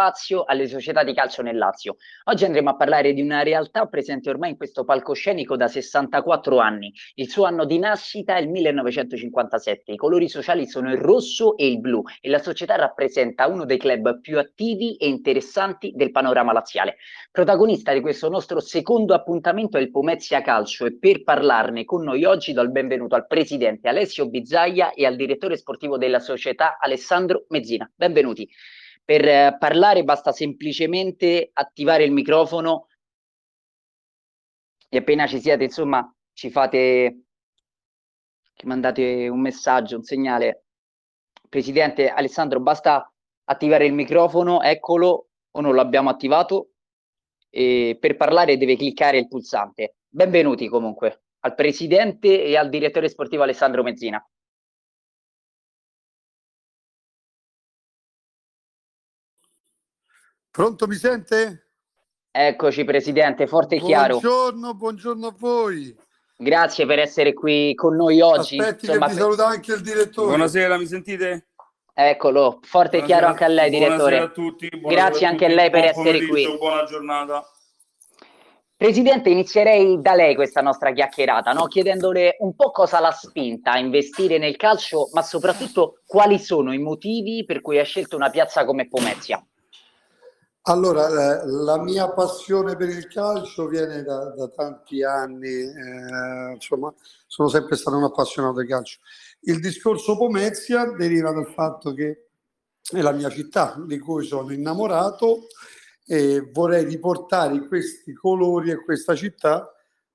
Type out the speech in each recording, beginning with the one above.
spazio alle società di calcio nel Lazio. Oggi andremo a parlare di una realtà presente ormai in questo palcoscenico da 64 anni. Il suo anno di nascita è il 1957. I colori sociali sono il rosso e il blu e la società rappresenta uno dei club più attivi e interessanti del panorama laziale. Protagonista di questo nostro secondo appuntamento è il Pomezia Calcio e per parlarne con noi oggi do il benvenuto al presidente Alessio Bizzaia e al direttore sportivo della società Alessandro Mezzina. Benvenuti. Per parlare basta semplicemente attivare il microfono e appena ci siete, insomma, ci mandate un messaggio, un segnale. Presidente Alessandro, basta attivare il microfono, eccolo, o non l'abbiamo attivato, e per parlare deve cliccare il pulsante. Benvenuti comunque al presidente e al direttore sportivo Alessandro Mezzina. Pronto, mi sente? Eccoci presidente, forte e chiaro. Buongiorno a voi. Grazie per essere qui con noi oggi. Aspetti, insomma, che vi saluta anche il direttore. Buonasera, mi sentite? Eccolo, forte e chiaro anche a lei, direttore. Buonasera a tutti. Grazie anche a lei per essere qui. Buona giornata. Presidente, inizierei da lei questa nostra chiacchierata, no? Chiedendole un po' cosa l'ha spinta a investire nel calcio, ma soprattutto quali sono i motivi per cui ha scelto una piazza come Pomezia. Allora, la mia passione per il calcio viene da tanti anni, insomma, sono sempre stato un appassionato del calcio. Il discorso Pomezia deriva dal fatto che è la mia città di cui sono innamorato e vorrei riportare questi colori e questa città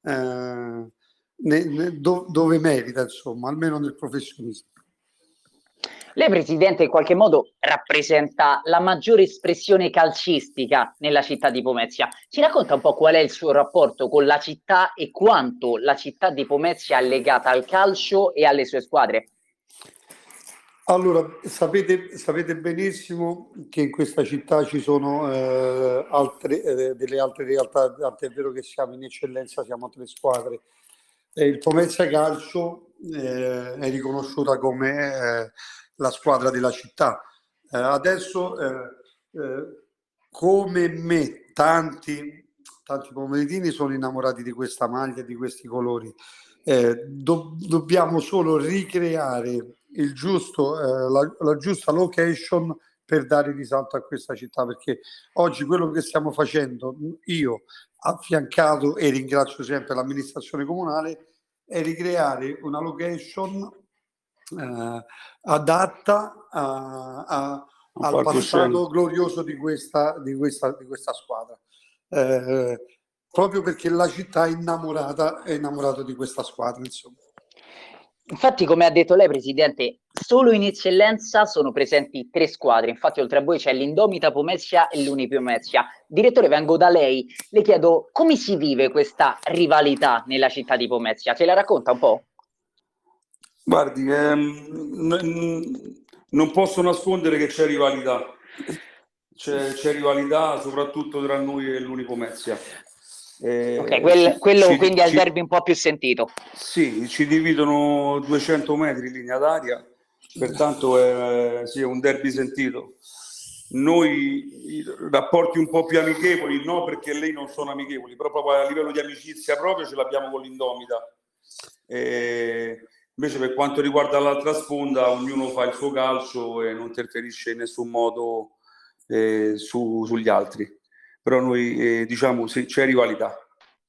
dove merita, insomma, almeno nel professionismo. Lei, presidente, in qualche modo rappresenta la maggiore espressione calcistica nella città di Pomezia. Ci racconta un po' qual è il suo rapporto con la città e quanto la città di Pomezia è legata al calcio e alle sue squadre? Allora, sapete benissimo che in questa città ci sono delle altre realtà, tant'è vero che siamo in eccellenza, siamo 3 squadre. Il Pomezia Calcio è riconosciuta come la squadra della città. Adesso, come me, tanti pomeritini sono innamorati di questa maglia, di questi colori. Dobbiamo solo ricreare la giusta location per dare risalto a questa città, perché oggi quello che stiamo facendo, io affiancato e ringrazio sempre l'amministrazione comunale, è ricreare una location adatta al passato glorioso di questa squadra, proprio perché la città è innamorata di questa squadra, insomma. Infatti, come ha detto lei, presidente, solo in eccellenza sono presenti 3 squadre. Infatti, oltre a voi c'è l'Indomita Pomezia e l'Unipomezia. Direttore, vengo da lei. Le chiedo come si vive questa rivalità nella città di Pomezia. Ce la racconta un po'? Guardi, non posso nascondere che c'è rivalità. C'è rivalità soprattutto tra noi e l'Unipomezia. Ok, quello quindi è il derby un po' più sentito. Sì, ci dividono 200 metri in linea d'aria, pertanto è un derby sentito. Noi i rapporti un po' più amichevoli, no, perché lei non sono amichevoli, però proprio a livello di amicizia proprio ce l'abbiamo con l'Indomita. Invece per quanto riguarda l'altra sponda, ognuno fa il suo calcio e non interferisce in nessun modo sugli altri. Però noi diciamo sì, c'è rivalità.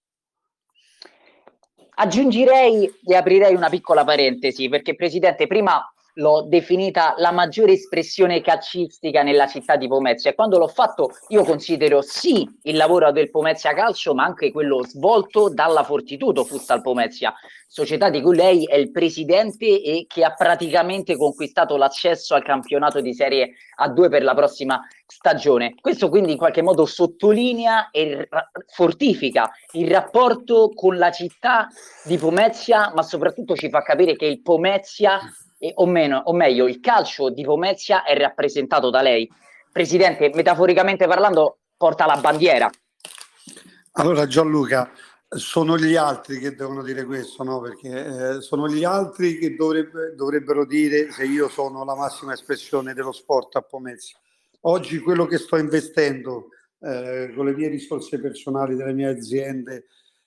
Aggiungerei e aprirei una piccola parentesi, perché presidente, prima l'ho definita la maggiore espressione calcistica nella città di Pomezia e quando l'ho fatto io considero sì il lavoro del Pomezia Calcio, ma anche quello svolto dalla Fortitudo Futsal Pomezia, società di cui lei è il presidente e che ha praticamente conquistato l'accesso al campionato di Serie A2 per la prossima stagione. Questo quindi in qualche modo sottolinea e fortifica il rapporto con la città di Pomezia, ma soprattutto ci fa capire che il Pomezia o meglio, il calcio di Pomezia è rappresentato da lei. Presidente, metaforicamente parlando, porta la bandiera. Allora Gianluca, sono gli altri che devono dire questo, no? Perché sono gli altri che dovrebbero dire se io sono la massima espressione dello sport a Pomezia. Oggi quello che sto investendo con le mie risorse personali delle mie aziende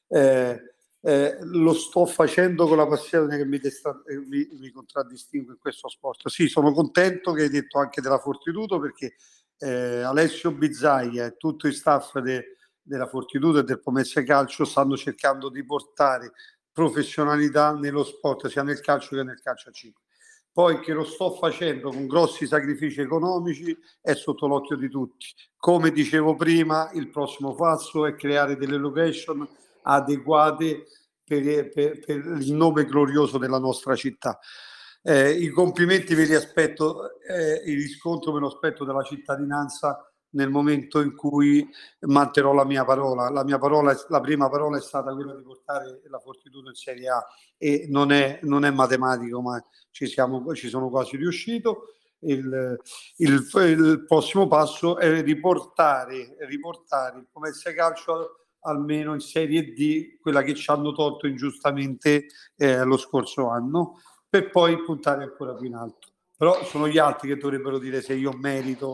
lo sto facendo con la passione che mi contraddistingue in questo sport. Sì, sono contento che hai detto anche della Fortitudo, perché Alessio Bizzaia e tutto il staff della Fortitudo e del Pomezia Calcio stanno cercando di portare professionalità nello sport, sia nel calcio che nel calcio a 5. Poi che lo sto facendo con grossi sacrifici economici è sotto l'occhio di tutti. Come dicevo prima, il prossimo passo è creare delle location adeguate per il nome glorioso della nostra città. I complimenti me li aspetto, il riscontro me lo aspetto dalla cittadinanza nel momento in cui manterrò la mia parola. La prima parola è stata quella di portare la Fortitudo in Serie A, e non è matematico, ma ci sono quasi riuscito. Il prossimo passo è riportare il Pomezia Calcio almeno in Serie D, quella che ci hanno tolto ingiustamente lo scorso anno, per poi puntare ancora più in alto. Però sono gli altri che dovrebbero dire se io merito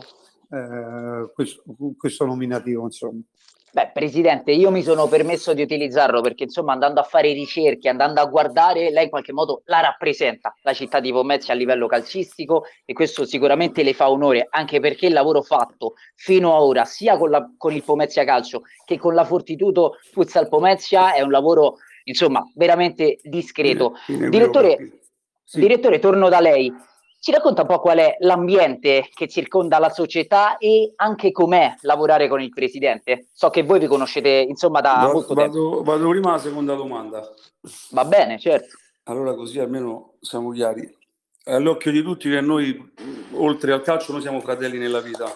questo nominativo, insomma. Beh, Presidente, io mi sono permesso di utilizzarlo perché, insomma, andando a fare ricerche, andando a guardare, lei in qualche modo la rappresenta, la città di Pomezia a livello calcistico, e questo sicuramente le fa onore, anche perché il lavoro fatto fino ad ora, sia con il Pomezia Calcio che con la Fortitudo Futsal Pomezia, è un lavoro, insomma, veramente discreto. Direttore, torno da lei. Ci racconta un po' qual è l'ambiente che circonda la società e anche com'è lavorare con il presidente? So che voi vi conoscete, insomma, da molto tempo. Vado prima alla seconda domanda. Va bene, certo. Allora, così almeno siamo chiari. È all'occhio di tutti che noi, oltre al calcio, noi siamo fratelli nella vita.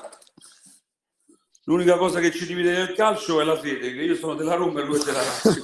L'unica cosa che ci divide nel calcio è la fede, che io sono della Roma e lui è della Lazio.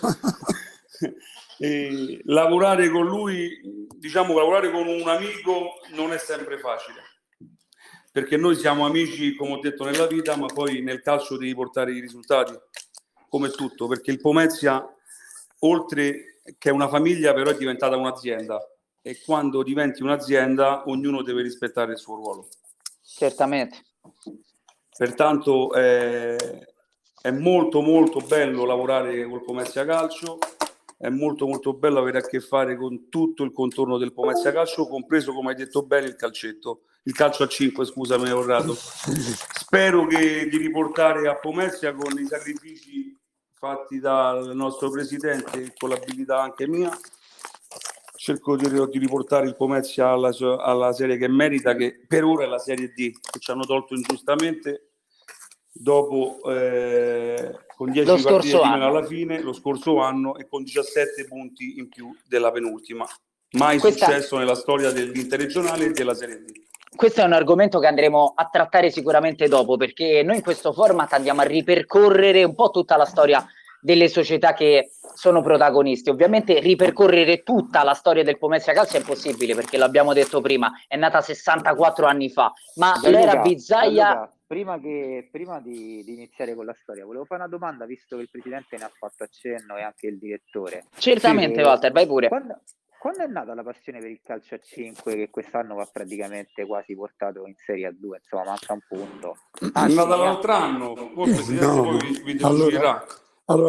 E lavorare con lui, diciamo, lavorare con un amico non è sempre facile, perché noi siamo amici, come ho detto, nella vita, ma poi nel calcio devi portare i risultati, come tutto, perché il Pomezia, oltre che una famiglia, però è diventata un'azienda, e quando diventi un'azienda ognuno deve rispettare il suo ruolo. Certamente. Pertanto è molto molto bello lavorare col Pomezia Calcio. È molto molto bello avere a che fare con tutto il contorno del Pomezia Calcio, compreso, come hai detto bene, il calcetto, il calcio a 5, scusami, Corrado. Spero di riportare a Pomezia, con i sacrifici fatti dal nostro presidente e con l'abilità anche mia, cerco di riportare il Pomezia alla serie che merita, che per ora è la Serie D, che ci hanno tolto ingiustamente dopo con 10 partite di meno alla fine lo scorso anno, e con 17 punti in più della penultima. Mai successo nella storia dell'interregionale e della Serie D. Questo è un argomento che andremo a trattare sicuramente dopo, perché noi in questo format andiamo a ripercorrere un po' tutta la storia delle società che sono protagonisti. Ovviamente ripercorrere tutta la storia del Pomezia Calcio è impossibile, perché l'abbiamo detto prima, è nata 64 anni fa, ma l'era Bizzaia... Prima di iniziare con la storia, volevo fare una domanda, visto che il presidente ne ha fatto accenno e anche il direttore. Certamente, sì. Walter, vai pure. Quando è nata la passione per il calcio a 5, che quest'anno va praticamente quasi portato in Serie A2, insomma manca un punto? È nata l'altro anno, poi il presidente poi vi dirà. Allora,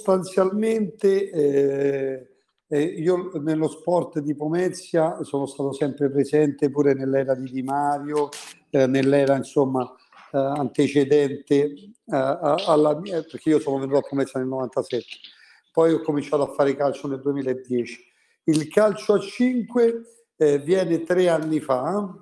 sostanzialmente io nello sport di Pomezia sono stato sempre presente pure nell'era di Di Mario, nell'era, insomma, antecedente alla mia, perché io sono venuto a Pomezia nel 97, poi ho cominciato a fare calcio nel 2010. Il calcio a 5 viene 3 anni fa,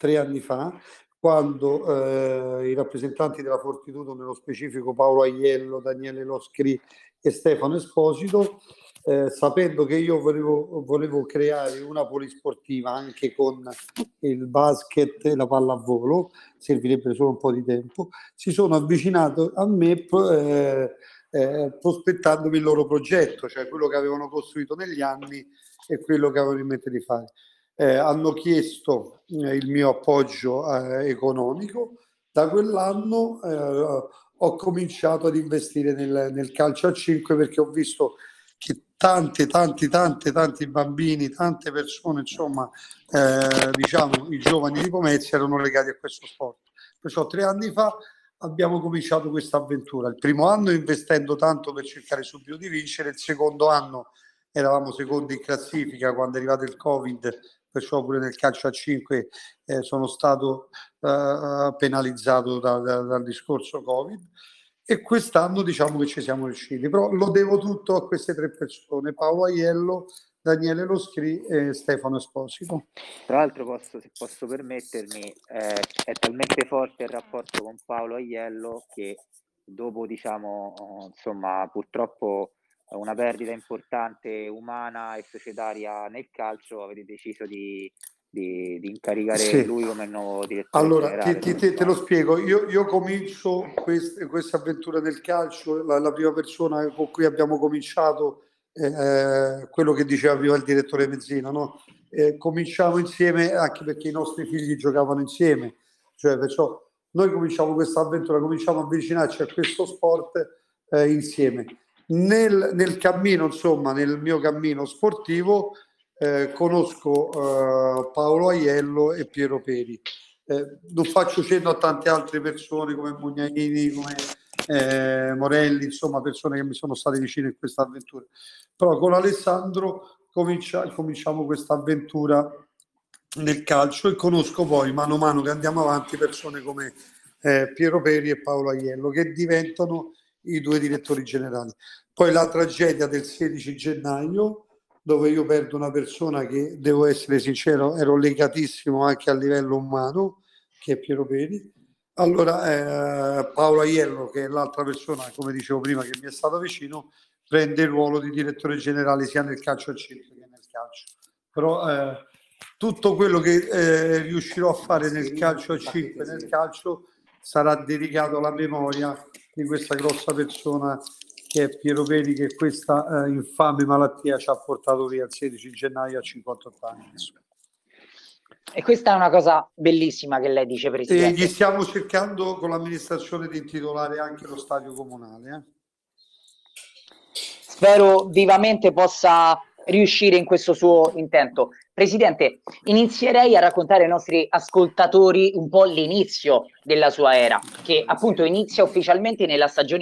quando i rappresentanti della Fortitudo, nello specifico Paolo Aiello, Daniele Loscri e Stefano Esposito, sapendo che io volevo creare una polisportiva anche con il basket e la pallavolo, servirebbe solo un po' di tempo, si sono avvicinati a me prospettandomi il loro progetto, cioè quello che avevano costruito negli anni e quello che avevano in mente di fare. Hanno chiesto il mio appoggio economico. Da quell'anno ho cominciato ad investire nel calcio a 5, perché ho visto che tanti bambini, tante persone, insomma, diciamo i giovani di Pomezia erano legati a questo sport. Perciò 3 anni fa abbiamo cominciato questa avventura. Il primo anno investendo tanto per cercare subito di vincere, il secondo anno eravamo secondi in classifica quando è arrivato il Covid, perciò pure nel calcio a 5 sono stato penalizzato dal discorso Covid, e quest'anno diciamo che ci siamo riusciti, però lo devo tutto a queste 3 persone: Paolo Aiello, Daniele Loscri e Stefano Esposito. Tra l'altro se posso permettermi, è talmente forte il rapporto con Paolo Aiello che dopo, diciamo, insomma, purtroppo una perdita importante umana e societaria nel calcio, avete deciso di incaricare lui come nuovo direttore generale. Te lo spiego. Io comincio questa avventura nel calcio, la prima persona con cui abbiamo cominciato, quello che diceva prima il direttore Mezzina, no? Cominciamo insieme anche perché i nostri figli giocavano insieme, cioè perciò noi cominciamo questa avventura, cominciamo a avvicinarci a questo sport insieme. Nel cammino, insomma, nel mio cammino sportivo, conosco Paolo Aiello e Piero Peri. Non faccio cenno a tante altre persone come Mugnaini, come Morelli, insomma persone che mi sono state vicine in questa avventura. Però con Alessandro cominciamo questa avventura nel calcio, e conosco poi mano a mano che andiamo avanti persone come Piero Peri e Paolo Aiello, che diventano i 2 direttori generali. Poi la tragedia del 16 gennaio, dove io perdo una persona che, devo essere sincero, ero legatissimo anche a livello umano, che è Piero Peri. Allora Paolo Aiello, che è l'altra persona, come dicevo prima, che mi è stato vicino, prende il ruolo di direttore generale sia nel calcio a 5 che nel calcio. Però tutto quello che riuscirò a fare nel calcio a 5 nel calcio sarà dedicato alla memoria di questa grossa persona che è Piero Peri, che questa infame malattia ci ha portato via il 16 gennaio a 58 anni. E questa è una cosa bellissima che lei dice, Presidente. E gli stiamo cercando con l'amministrazione di intitolare anche lo stadio comunale. Spero vivamente possa riuscire in questo suo intento. Presidente, inizierei a raccontare ai nostri ascoltatori un po' l'inizio della sua era, che appunto inizia ufficialmente nella stagione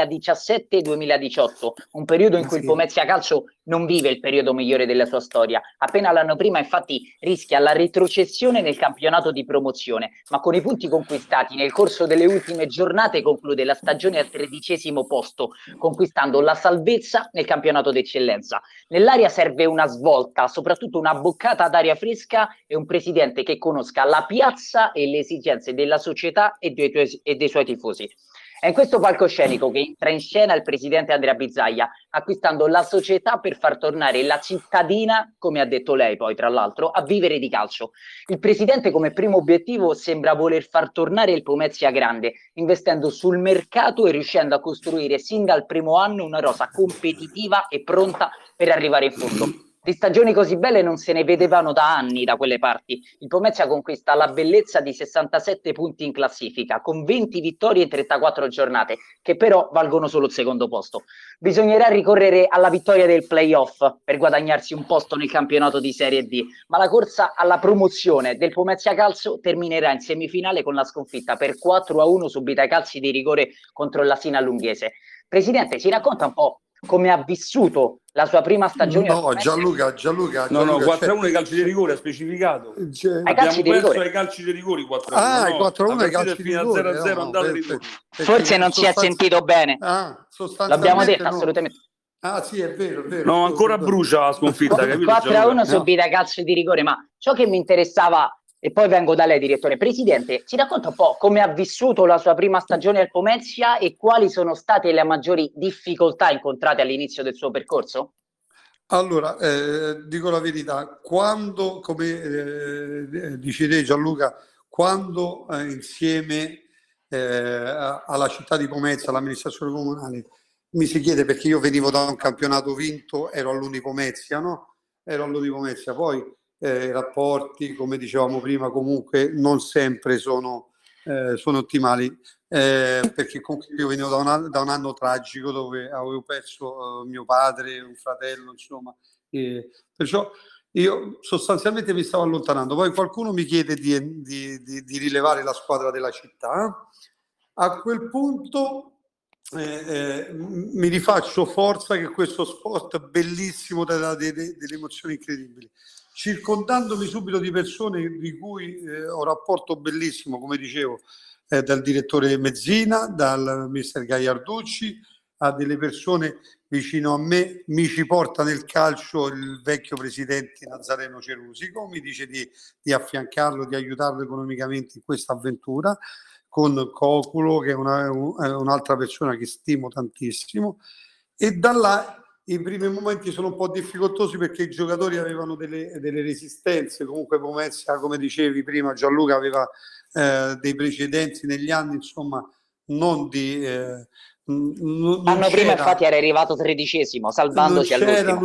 2017-2018, un periodo in cui il Pomezia Calcio non vive il periodo migliore della sua storia. Appena l'anno prima, infatti, rischia la retrocessione nel campionato di promozione, ma con i punti conquistati nel corso delle ultime giornate conclude la stagione al 13° posto, conquistando la salvezza nel campionato d'eccellenza. Nell'area serve una svolta, soprattutto una boccata d'aria fresca e un presidente che conosca la piazza e le esigenze della società e dei suoi tifosi. È in questo palcoscenico che entra in scena il presidente Andrea Bizzaia, acquistando la società per far tornare la cittadina, come ha detto lei poi tra l'altro, a vivere di calcio. Il presidente come primo obiettivo sembra voler far tornare il Pomezia grande, investendo sul mercato e riuscendo a costruire sin dal primo anno una rosa competitiva e pronta per arrivare in fondo. Di stagioni così belle non se ne vedevano da anni da quelle parti. Il Pomezia conquista la bellezza di 67 punti in classifica, con 20 vittorie in 34 giornate, che però valgono solo il secondo posto. Bisognerà ricorrere alla vittoria del playoff per guadagnarsi un posto nel campionato di Serie D, ma la corsa alla promozione del Pomezia Calcio terminerà in semifinale con la sconfitta per 4-1 subita ai calci di rigore contro l'Asina Lunghese. Presidente, ci racconta un po' come ha vissuto la sua prima stagione? No, Gianluca, no, 4-1 ai calci di rigore, ha specificato. Abbiamo perso ai calci di rigore 4-1. Ah, no, 4-1 ai calci di rigore. 0-0 andate rigore. Forse non si è sentito bene. L'abbiamo detto, assolutamente. Ah sì, è vero, è vero. No, ancora brucia la sconfitta, capito? 4-1 subita ai calci di rigore, ma ciò che mi interessava, e poi vengo da lei, direttore. Presidente, ci racconta un po' come ha vissuto la sua prima stagione al Pomezia e quali sono state le maggiori difficoltà incontrate all'inizio del suo percorso? Allora, dico la verità, quando, come dici te Gianluca, quando insieme alla città di Pomezia, all'amministrazione comunale, mi si chiede, perché io venivo da un campionato vinto, ero all'Unipomezia, no? Ero all'Unipomezia, poi i rapporti, come dicevamo prima, comunque non sempre sono ottimali, perché comunque io venivo da un anno tragico dove avevo perso mio padre, un fratello, insomma, perciò io sostanzialmente mi stavo allontanando, poi qualcuno mi chiede di rilevare la squadra della città. A quel punto mi rifaccio forza che questo sport bellissimo dà delle emozioni incredibili, circondandomi subito di persone di cui ho un rapporto bellissimo, come dicevo, dal direttore Mezzina, dal mister Gagliarducci, a delle persone vicino a me. Mi ci porta nel calcio il vecchio presidente Nazareno Cerusico, mi dice di affiancarlo, di aiutarlo economicamente in questa avventura, con Coculo, che è un'altra persona che stimo tantissimo, e da là i primi momenti sono un po' difficoltosi perché i giocatori avevano delle resistenze. Comunque Pomezia, come dicevi prima Gianluca, aveva dei precedenti negli anni, insomma, non di... L'anno prima infatti era arrivato 13esimo, salvandosi all'ultimo.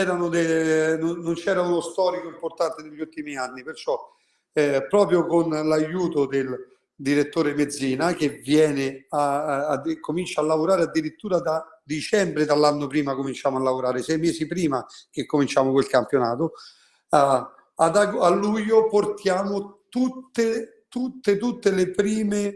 Non c'era uno storico importante negli ultimi anni, perciò proprio con l'aiuto del direttore Mezzina, che viene comincia a lavorare addirittura da dicembre dall'anno prima, cominciamo a lavorare 6 mesi prima che cominciamo quel campionato, a luglio portiamo tutte le prime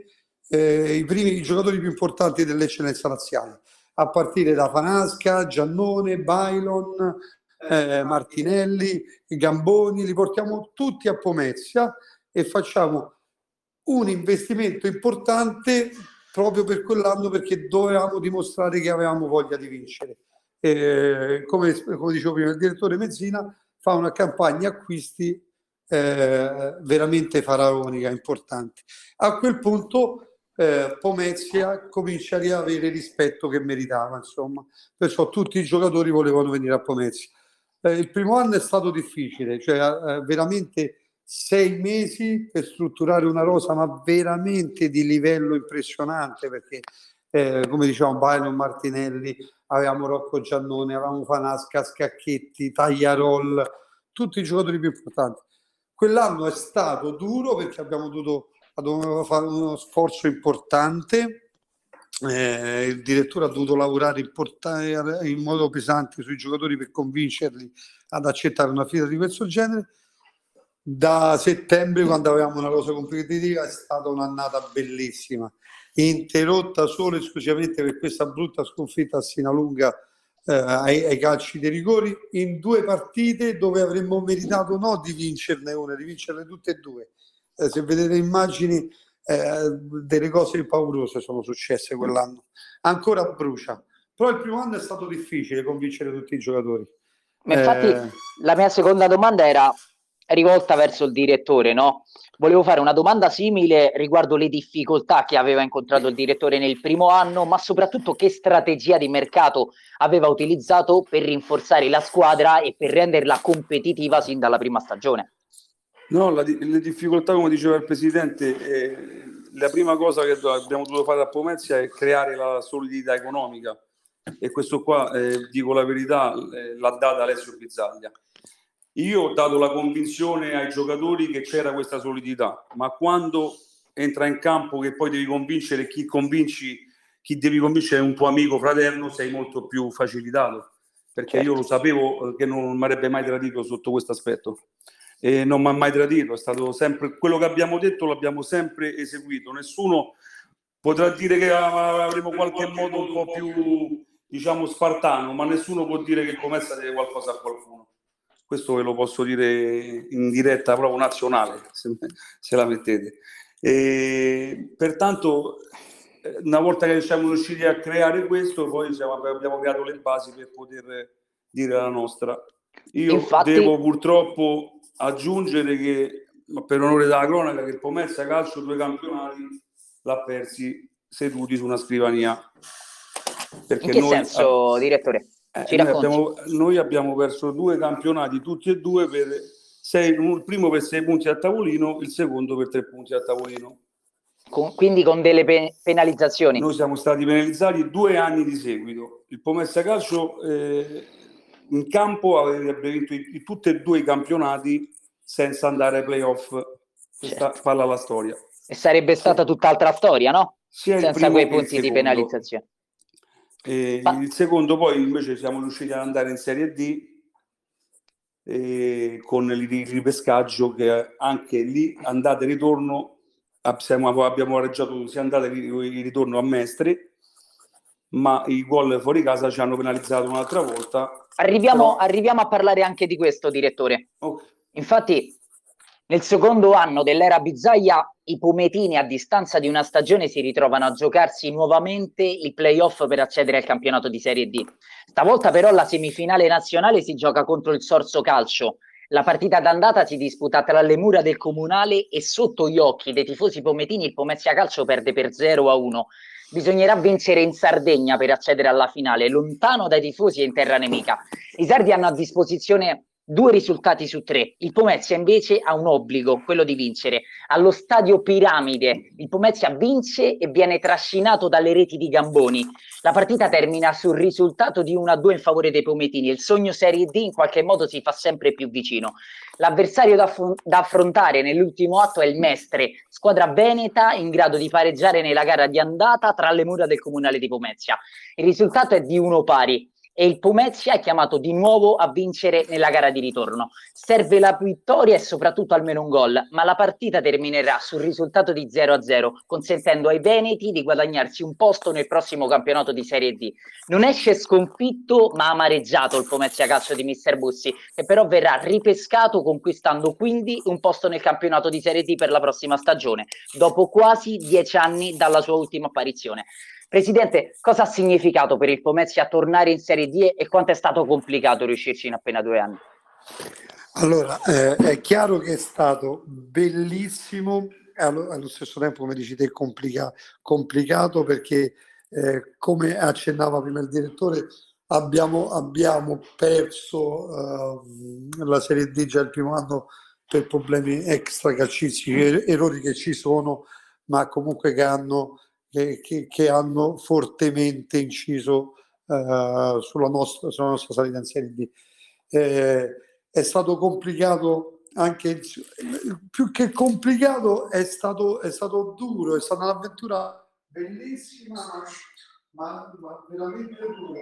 i giocatori più importanti dell'eccellenza laziale, a partire da Fanasca, Giannone, Bailon, Martinelli, Gamboni, li portiamo tutti a Pomezia e facciamo un investimento importante proprio per quell'anno, perché dovevamo dimostrare che avevamo voglia di vincere. Come dicevo prima, il direttore Mezzina fa una campagna acquisti veramente faraonica, importante. A quel punto Pomezia comincia a riavere il rispetto che meritava, insomma, perciò tutti i giocatori volevano venire a Pomezia. Il primo anno è stato difficile, cioè veramente 6 mesi per strutturare una rosa, ma veramente di livello impressionante, perché come dicevamo, Bailon, Martinelli, avevamo Rocco Giannone, avevamo Fanasca, Scacchetti, Tagliarol, tutti i giocatori più importanti. Quell'anno è stato duro perché abbiamo dovuto fare uno sforzo importante, il direttore ha dovuto lavorare in modo pesante sui giocatori per convincerli ad accettare una fida di questo genere. Da settembre, quando avevamo una rosa competitiva, è stata un'annata bellissima, interrotta solo e esclusivamente per questa brutta sconfitta a Sinalunga ai calci dei rigori, in 2 partite dove avremmo meritato no di vincerne una, di vincerle tutte e 2. Se vedete immagini, delle cose paurose sono successe quell'anno, ancora brucia, però il primo anno è stato difficile convincere tutti i giocatori. Ma infatti la mia seconda domanda era rivolta verso il direttore, no? Volevo fare una domanda simile riguardo le difficoltà che aveva incontrato il direttore nel primo anno, ma soprattutto che strategia di mercato aveva utilizzato per rinforzare la squadra e per renderla competitiva sin dalla prima stagione. No, le difficoltà, come diceva il Presidente, la prima cosa che abbiamo dovuto fare a Pomezia è creare la solidità economica, e questo qua, dico la verità, l'ha data Alessio Pizzaglia. Io ho dato la convinzione ai giocatori che c'era questa solidità, ma quando entra in campo che poi devi convincere chi devi convincere è un tuo amico fraterno, sei molto più facilitato, perché io lo sapevo che non mi avrebbe mai tradito sotto questo aspetto, e non mi ha mai tradito, è stato sempre quello che abbiamo detto, l'abbiamo sempre eseguito. Nessuno potrà dire che avremo qualche modo un po' più, diciamo, spartano, ma nessuno può dire che Pomezia deve qualcosa a qualcuno. Questo ve lo posso dire in diretta proprio nazionale, se la mettete. Pertanto, una volta che siamo riusciti a creare questo, poi abbiamo creato le basi per poter dire la nostra. Io devo purtroppo aggiungere che, per onore della cronaca, che il Pomezia Calcio 2 campionati l'ha persi seduti su una scrivania. Perché in che senso, direttore? Noi abbiamo perso 2 campionati, tutti e 2 il primo per 6 punti a tavolino, il secondo per 3 punti a tavolino. Quindi con delle penalizzazioni? Noi siamo stati penalizzati 2 anni di seguito. Il Pomezia Calcio in campo avrebbe vinto tutti e 2 i campionati senza andare ai playoff. Questa parla la storia. E sarebbe stata tutt'altra storia, no? Senza quei punti di penalizzazione. Il secondo poi invece siamo riusciti ad andare in Serie D con il ripescaggio, che anche lì andata e ritorno abbiamo pareggiato sia andata e ritorno a Mestre, ma i gol fuori casa ci hanno penalizzato un'altra volta. Arriviamo a parlare anche di questo, direttore. Okay. Infatti, nel secondo anno dell'era Bizzaia, i pometini, a distanza di una stagione, si ritrovano a giocarsi nuovamente il playoff per accedere al campionato di Serie D. Stavolta però la semifinale nazionale si gioca contro il Sorso Calcio. La partita d'andata si disputa tra le mura del Comunale e sotto gli occhi dei tifosi pometini il Pomezia Calcio perde per 0-1. Bisognerà vincere in Sardegna per accedere alla finale, lontano dai tifosi e in terra nemica. I sardi hanno a disposizione 2 risultati su 3. Il Pomezia invece ha un obbligo, quello di vincere. Allo stadio Piramide il Pomezia vince e viene trascinato dalle reti di Gamboni. La partita termina sul risultato di 1-2 in favore dei pometini. Il sogno Serie D in qualche modo si fa sempre più vicino. L'avversario da affrontare nell'ultimo atto è il Mestre, squadra veneta in grado di pareggiare nella gara di andata tra le mura del Comunale di Pomezia. Il risultato è di 1 pari. E il Pomezia è chiamato di nuovo a vincere nella gara di ritorno. Serve la vittoria e soprattutto almeno un gol, ma la partita terminerà sul risultato di 0-0, consentendo ai veneti di guadagnarsi un posto nel prossimo campionato di Serie D. Non esce sconfitto, ma amareggiato il Pomezia Calcio di Mister Bussi, che però verrà ripescato, conquistando quindi un posto nel campionato di Serie D per la prossima stagione, dopo quasi 10 anni dalla sua ultima apparizione. Presidente, cosa ha significato per il Pomezia tornare in Serie D e quanto è stato complicato riuscirci in appena 2 anni? Allora, è chiaro che è stato bellissimo e allo stesso tempo, come dici te, complicato perché, come accennava prima il direttore, abbiamo perso la Serie D già il primo anno per problemi extra calcistici, errori che ci sono, ma comunque che hanno fortemente inciso sulla nostra salita in Serie D. È stato complicato anche, più che complicato è stato duro, è stata un'avventura bellissima, ma veramente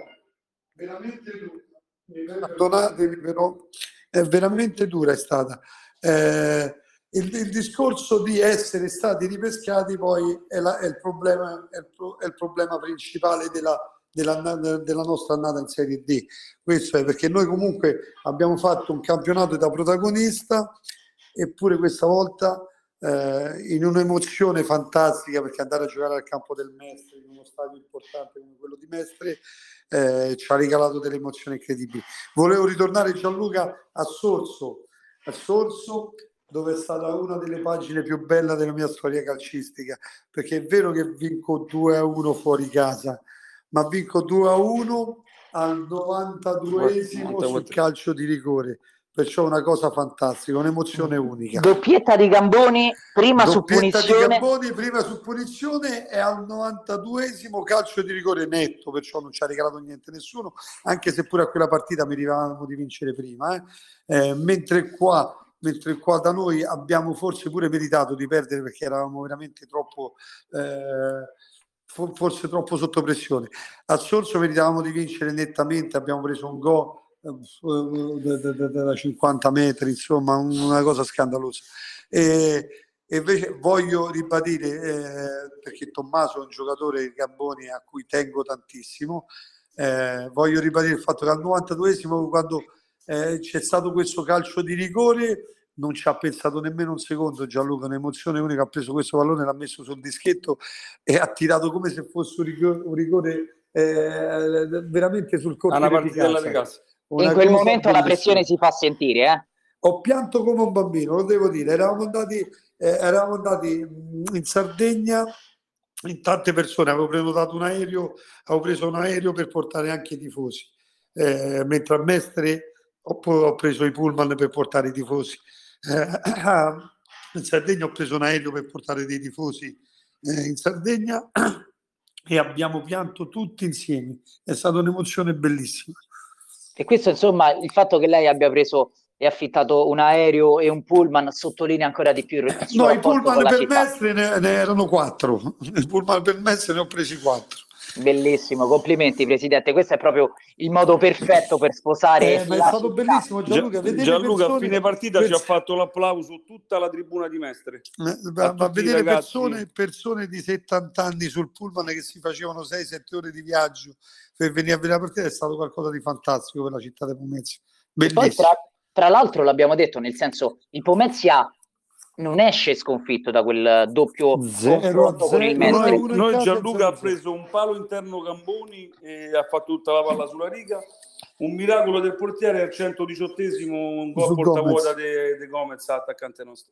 dura. Perdonatemi, però è veramente dura, è stata. Il discorso di essere stati ripescati poi è il problema principale della nostra annata in Serie D. Questo è perché noi comunque abbiamo fatto un campionato da protagonista, eppure questa volta in un'emozione fantastica, perché andare a giocare al campo del Mestre in uno stadio importante come quello di Mestre ci ha regalato delle emozioni incredibili. Volevo ritornare, Gianluca, a Sorso, dove è stata una delle pagine più belle della mia storia calcistica, perché è vero che vinco 2-1 fuori casa, ma vinco 2-1 al 92esimo sul calcio di rigore, perciò una cosa fantastica, un'emozione unica. Doppietta di Gamboni, prima su punizione e al 92esimo calcio di rigore netto, perciò non ci ha regalato niente nessuno, anche se pure a quella partita meritavamo di vincere prima, mentre qua da noi abbiamo forse pure meritato di perdere perché eravamo veramente forse troppo sotto pressione. A Sorso meritavamo di vincere nettamente, abbiamo preso un gol da 50 metri, insomma una cosa scandalosa. E invece voglio ribadire, perché Tommaso è un giocatore di Gamboni a cui tengo tantissimo, voglio ribadire il fatto che al 92esimo, quando c'è stato questo calcio di rigore, non ci ha pensato nemmeno un secondo Gianluca, un'emozione unica, ha preso questo pallone, l'ha messo sul dischetto e ha tirato come se fosse un rigore veramente sul corpo di casa. In quel momento la pressione si fa sentire, Ho pianto come un bambino, lo devo dire. Eravamo andati in Sardegna in tante persone, avevo preso un aereo per portare anche i tifosi, mentre a Mestre ho preso i pullman per portare i tifosi. In Sardegna ho preso un aereo per portare dei tifosi in Sardegna e abbiamo pianto tutti insieme. È stata un'emozione bellissima. E questo, insomma, il fatto che lei abbia preso e affittato un aereo e un pullman sottolinea ancora di più il suo No, i pullman per città. Mestre ne erano 4. Il pullman per Mestre ne ho presi 4. Bellissimo, complimenti Presidente, questo è proprio il modo perfetto per sposare Ma è la stato città. bellissimo Gianluca, vedere Gianluca a persone, fine partita ci ha fatto l'applauso tutta la tribuna di Mestre. ma vedere persone di 70 anni sul pullman che si facevano 6-7 ore di viaggio per venire a vedere la partita è stato qualcosa di fantastico per la città di Pomezia. E poi Bellissimo. tra l'altro l'abbiamo detto, nel senso, il Pomezia non esce sconfitto da quel doppio 0-0 confronto con il Mestre. Noi Gianluca ha preso un palo interno Gamboni e ha fatto tutta la palla sulla riga, un miracolo del portiere al 118esimo, un gol Su portavuota di Gomez, attaccante nostro.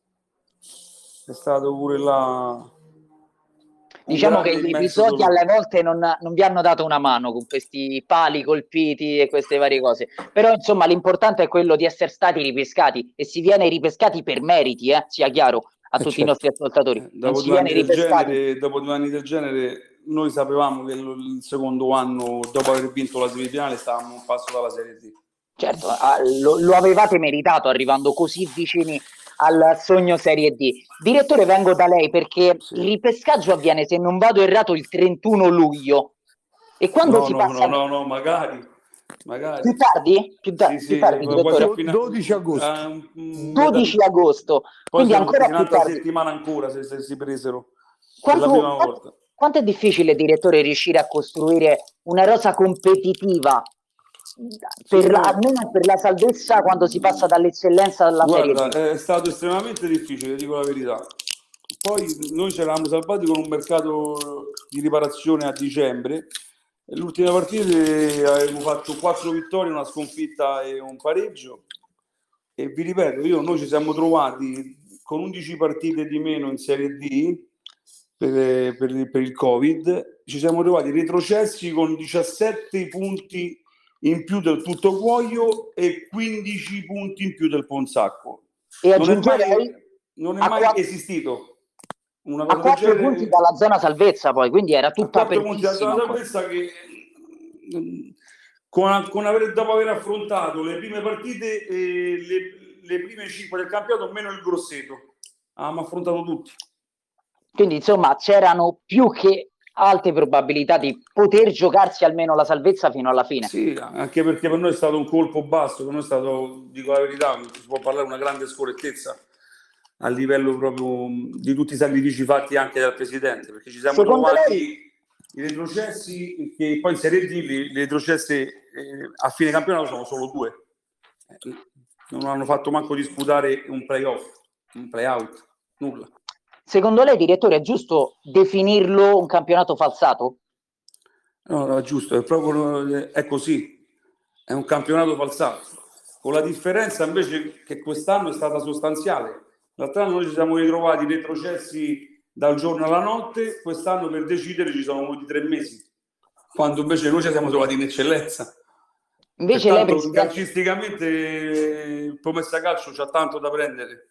È stato pure là. Diciamo che gli episodi alle volte non vi hanno dato una mano con questi pali colpiti e queste varie cose, però insomma l'importante è quello di essere stati ripescati, e si viene ripescati per meriti, sia chiaro a tutti i nostri ascoltatori. Dopo 2 anni del genere noi sapevamo che il secondo anno, dopo aver vinto la semifinale, stavamo un passo dalla Serie D. Certo, lo avevate meritato arrivando così vicini al sogno Serie D. Direttore, vengo da lei perché il ripescaggio avviene, se non vado errato, il 31 luglio. E quando si passa... No, magari. Più tardi? Più tardi, direttore? 12 agosto. 12 agosto. Poi Quindi ancora più un'altra tardi. settimana ancora se si presero per la prima volta. Quanto è difficile, direttore, riuscire a costruire una rosa competitiva almeno per la salvezza quando si passa dall'eccellenza alla Serie D? È stato estremamente difficile, dico la verità. Poi noi ci eravamo salvati con un mercato di riparazione a dicembre. L'ultima partita avevamo fatto 4 vittorie, una sconfitta e un pareggio. E vi ripeto, noi ci siamo trovati con 11 partite di meno in Serie D per il Covid. Ci siamo trovati retrocessi con 17 punti in più del Tuttocuoio e 15 punti in più del Ponsacco. E non è mai esistito una cosa a 4 punti dalla zona salvezza, poi, quindi era tutta a 4 punti dalla zona salvezza che dopo aver affrontato le prime partite e le prime 5 del campionato meno il Grosseto, abbiamo affrontato tutti. Quindi insomma c'erano più che alte probabilità di poter giocarsi almeno la salvezza fino alla fine. Sì, anche perché per noi è stato un colpo basso, per noi è stato, dico la verità, si può parlare di una grande scorrettezza a livello proprio di tutti i sacrifici fatti anche dal Presidente, perché ci siamo trovati i retrocessi, che poi in Serie D i retrocessi a fine campionato sono solo 2, non hanno fatto manco disputare un playoff, un playout, nulla. Secondo lei, direttore, è giusto definirlo un campionato falsato? No, è giusto, è così, è un campionato falsato, con la differenza invece che quest'anno è stata sostanziale. L'altro anno noi ci siamo ritrovati retrocessi dal giorno alla notte, quest'anno per decidere ci sono voluti 3 mesi, quando invece noi ci siamo trovati in eccellenza. Invece pertanto, lei, calcisticamente il Pomezia Calcio c'ha tanto da prendere.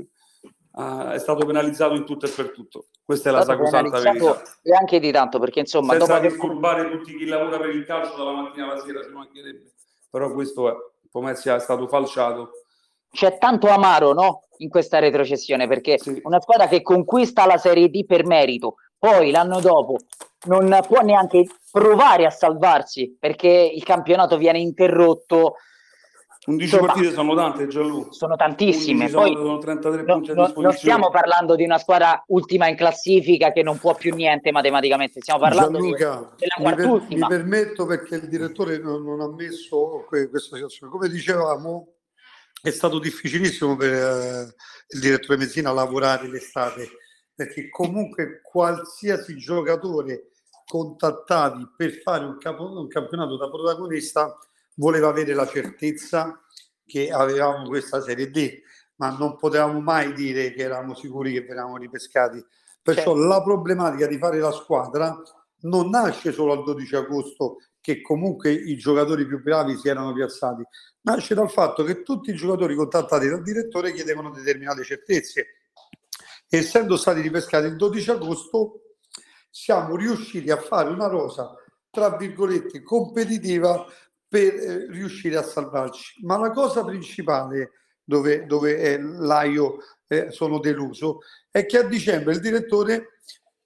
È stato penalizzato in tutto e per tutto. Questa è la sacrosanta verità. E anche di tanto, perché insomma, senza disturbare tutti chi lavora per il calcio dalla mattina alla sera, ci mancherebbe. Però questo è, Pomezia è stato falciato. C'è tanto amaro, no? In questa retrocessione, perché una squadra che conquista la Serie D per merito, poi l'anno dopo non può neanche provare a salvarsi perché il campionato viene interrotto. 11 partite sono tante, Gianluca. Sono tantissime. Sono 33 punti a disposizione. Non stiamo parlando di una squadra ultima in classifica che non può più niente matematicamente. Stiamo parlando Gianluca, della quart'ultima. Mi permetto, perché il direttore non ha messo questa situazione. Come dicevamo, è stato difficilissimo per il direttore Messina lavorare l'estate, perché comunque qualsiasi giocatore contattavi per fare un campionato da protagonista voleva avere la certezza che avevamo questa Serie D, ma non potevamo mai dire che eravamo sicuri che venivamo ripescati. Perciò la problematica di fare la squadra non nasce solo al 12 agosto, che comunque i giocatori più bravi si erano piazzati, nasce dal fatto che tutti i giocatori contattati dal direttore chiedevano determinate certezze. Essendo stati ripescati il 12 agosto, siamo riusciti a fare una rosa, tra virgolette, competitiva per riuscire a salvarci. Ma la cosa principale dove là io sono deluso è che a dicembre il direttore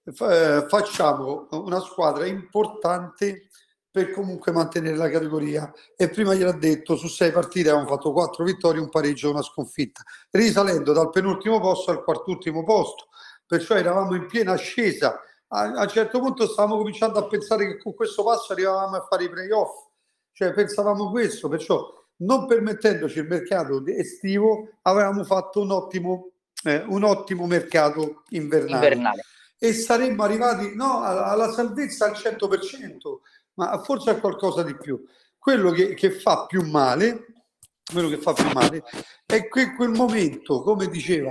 facciamo una squadra importante per comunque mantenere la categoria, e prima gliel'ha detto, su 6 partite abbiamo fatto 4 vittorie, un pareggio e una sconfitta, risalendo dal penultimo posto al quartultimo posto, perciò eravamo in piena ascesa. A un certo punto stavamo cominciando a pensare che con questo passo arrivavamo a fare i playoff, cioè pensavamo questo, perciò non permettendoci il mercato estivo avevamo fatto un ottimo mercato invernale. E saremmo arrivati alla salvezza al 100%, ma forse a qualcosa di più. Quello che fa più male è quel momento, come diceva,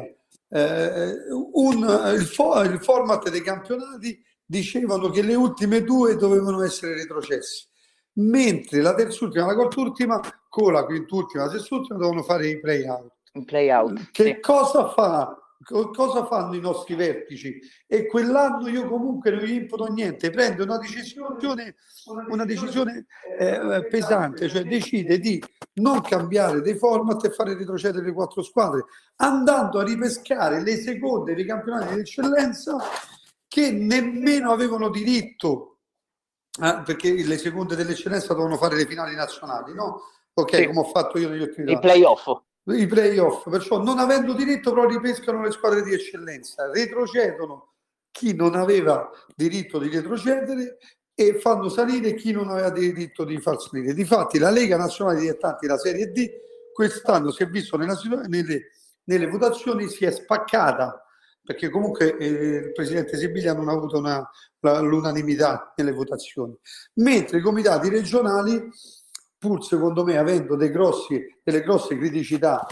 il format dei campionati dicevano che le ultime 2 dovevano essere retrocessi, mentre la terzultima e la quartultima con la quintultima e la sestultima dovevano fare i play-out. Che cosa fa? Cosa fanno i nostri vertici? E quell'anno io comunque non gli imputo niente, prende una decisione pesante, cioè decide di non cambiare dei format e fare retrocedere le 4 squadre, andando a ripescare le seconde dei campionati d'eccellenza che nemmeno avevano diritto, perché le seconde dell'eccellenza dovevano fare le finali nazionali, no? Ok, sì. Come ho fatto io negli ultimi anni. I playoff, perciò non avendo diritto però ripescano le squadre di eccellenza, retrocedono chi non aveva diritto di retrocedere e fanno salire chi non aveva diritto di far salire. Difatti la Lega Nazionale Dilettanti, la Serie D, quest'anno si è visto nelle votazioni, si è spaccata, perché comunque il presidente Sibilia non ha avuto l'unanimità nelle votazioni, mentre i comitati regionali, pur secondo me avendo delle grosse criticità,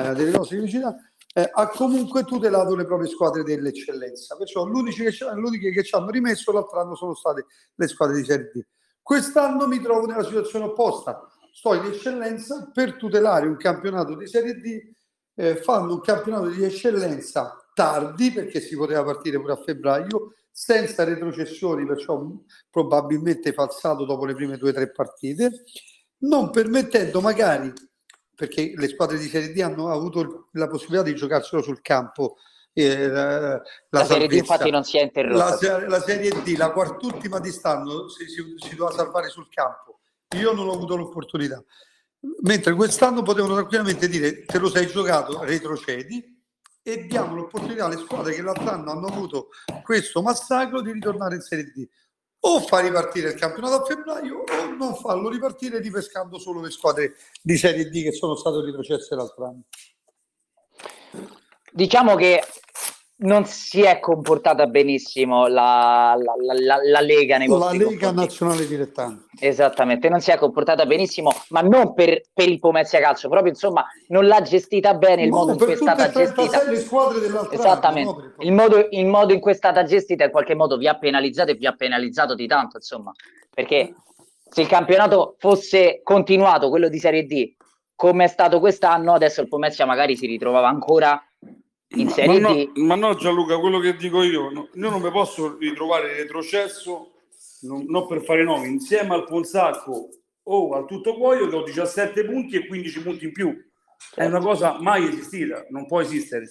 ha comunque tutelato le proprie squadre dell'eccellenza. Perciò l'uniche che ci hanno rimesso l'altro anno sono state le squadre di Serie D. Quest'anno mi trovo nella situazione opposta, sto in eccellenza per tutelare un campionato di Serie D, fanno un campionato di eccellenza tardi, perché si poteva partire pure a febbraio, senza retrocessioni, perciò probabilmente falsato dopo le prime 2 o 3 partite, non permettendo magari, perché le squadre di Serie D hanno avuto la possibilità di giocarselo sul campo, la Serie D infatti non si è interrotta. La Serie D, la quartultima di stanno si doveva salvare sul campo, io non ho avuto l'opportunità, mentre quest'anno potevano tranquillamente dire: te lo sei giocato, retrocedi, e diamo l'opportunità alle squadre che l'altro anno hanno avuto questo massacro di ritornare in Serie D. O fa ripartire il campionato a febbraio o non farlo ripartire, ripescando solo le squadre di Serie D che sono state retrocesse l'altro anno. Diciamo che non si è comportata benissimo la Lega nei vostri confronti. La Lega Nazionale Dilettanti. Esattamente, non si è comportata benissimo, ma non per il Pomezia Calcio, proprio insomma non l'ha gestita bene il modo in cui è stata gestita. Le squadre dell'altro esattamente, anno, il modo in cui è stata gestita in qualche modo vi ha penalizzato e vi ha penalizzato di tanto, insomma, perché se il campionato fosse continuato, quello di Serie D, come è stato quest'anno, adesso il Pomezia magari si ritrovava ancora in Serie D. Ma no, Gianluca, quello che dico io non mi posso ritrovare retrocesso, non per fare nomi, insieme al Ponsacco o al Tuttocuoio, che ho 17 punti e 15 punti in più. È una cosa mai esistita, non può esistere.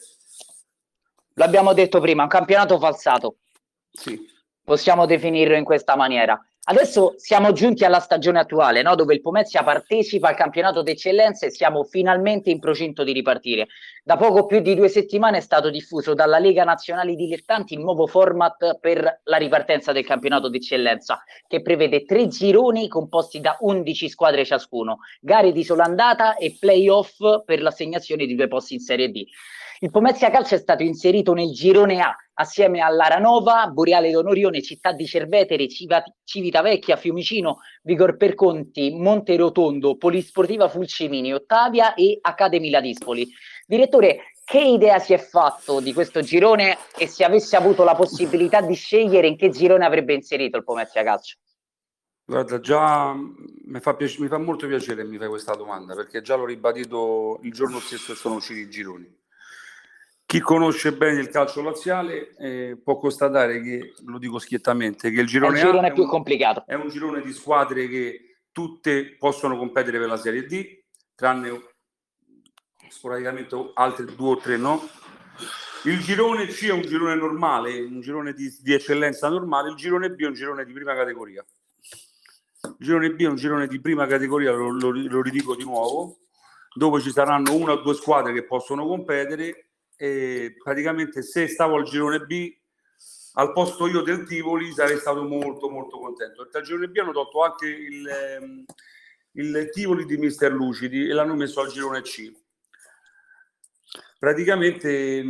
L'abbiamo detto prima, un campionato falsato. Sì. Possiamo definirlo in questa maniera. Adesso siamo giunti alla stagione attuale, no? Dove il Pomezia partecipa al campionato d'eccellenza e siamo finalmente in procinto di ripartire. Da poco più di 2 settimane è stato diffuso dalla Lega Nazionale Dilettanti il nuovo format per la ripartenza del campionato d'eccellenza, che prevede 3 gironi composti da 11 squadre ciascuno, gare di sola andata e play-off per l'assegnazione di 2 posti in Serie D. Il Pomezia Calcio è stato inserito nel girone A assieme all'Aranova, Boreale d'Onorione, Città di Cerveteri, Civitavecchia, Fiumicino, Vigor Perconti, Monterotondo, Polisportiva Fulcimini, Ottavia e Academy Ladispoli. Direttore, che idea si è fatto di questo girone e se avesse avuto la possibilità di scegliere in che girone avrebbe inserito il Pomezia Calcio? Guarda, già mi fa molto piacere che mi fai questa domanda, perché già l'ho ribadito il giorno stesso che sono usciti i gironi. Chi conosce bene il calcio laziale può constatare che, lo dico schiettamente, che il girone A è più complicato. È un girone di squadre che tutte possono competere per la Serie D, tranne sporadicamente altre 2 o 3 no. Il girone C è un girone normale, un girone di eccellenza normale, il girone B è un girone di prima categoria. Il girone B è un girone di prima categoria, lo ridico di nuovo, dove ci saranno una o due squadre che possono competere, e praticamente se stavo al girone B, al posto io del Tivoli, sarei stato molto molto contento, perché al girone B hanno tolto anche il Tivoli di Mister Lucidi e l'hanno messo al girone C. Praticamente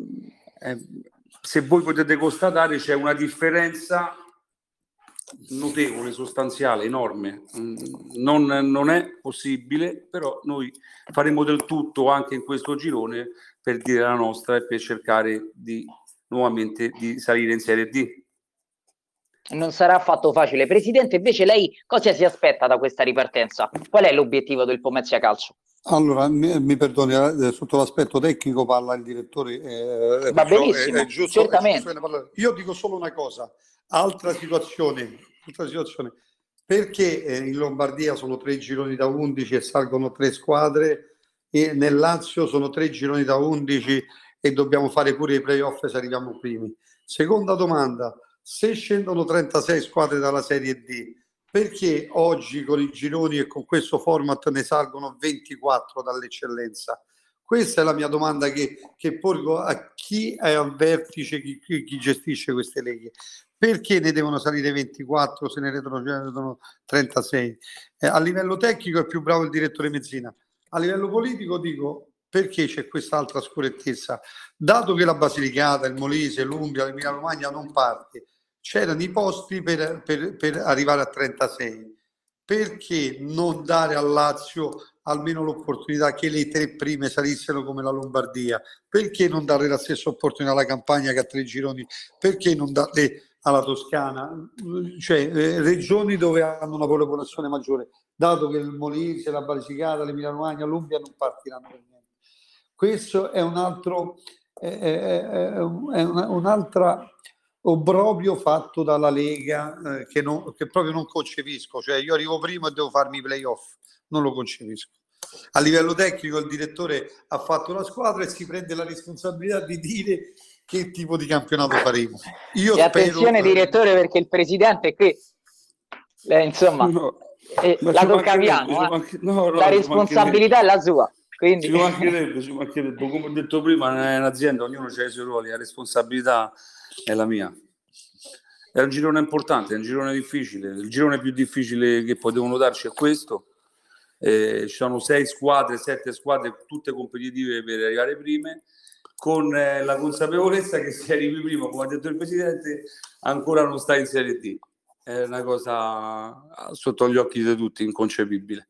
se voi potete constatare c'è una differenza notevole, sostanziale, enorme. Non è possibile, però noi faremo del tutto anche in questo girone per dire la nostra e per cercare nuovamente di salire in Serie D. Non sarà affatto facile. Presidente, invece lei cosa si aspetta da questa ripartenza? Qual è l'obiettivo del Pomezia Calcio? Allora, mi perdoni, sotto l'aspetto tecnico parla il direttore. Va benissimo, è giusto, certamente. Io dico solo una cosa, altra situazione. Perché in Lombardia sono 3 gironi da 11 e salgono 3 squadre, e nel Lazio sono 3 gironi da 11 e dobbiamo fare pure i playoff se arriviamo primi? Seconda domanda, se scendono 36 squadre dalla Serie D, perché oggi con i gironi e con questo format ne salgono 24 dall'eccellenza? Questa è la mia domanda che porgo a chi è al vertice, chi gestisce queste leghe. Perché ne devono salire 24 se ne retrocedono 36? A livello tecnico è più bravo il direttore Mezzina. A livello politico dico, perché c'è quest'altra scurettezza? Dato che la Basilicata, il Molise, l'Umbria, l'Emilia Romagna non parte, c'erano i posti per arrivare a 36. Perché non dare al Lazio almeno l'opportunità che le 3 prime salissero come la Lombardia? Perché non dare la stessa opportunità alla Campania che ha 3 gironi? Perché non dare alla Toscana? Cioè regioni dove hanno una popolazione maggiore, dato che il Molise, la Basilicata, l'Emilia Romagna, l'Umbria non partiranno per niente. Questo è un altro un'altra obbrobrio fatto dalla Lega che proprio non concepisco. Cioè io arrivo primo e devo farmi i playoff, non lo concepisco. A livello tecnico il direttore ha fatto la squadra e si prende la responsabilità di dire che tipo di campionato faremo. Io attenzione direttore, perché il presidente qui insomma la tocca piano, la responsabilità è la sua. Quindi... Ci mancherebbe. Come ho detto prima, è un'azienda, ognuno ha i suoi ruoli, la responsabilità è la mia. È un girone importante, è un girone difficile, il girone più difficile che potevano darci è questo. Ci sono 6 squadre, 7 squadre, tutte competitive per arrivare prime, con la consapevolezza che se arrivi prima, come ha detto il presidente, ancora non stai in Serie D. È una cosa sotto gli occhi di tutti, inconcepibile.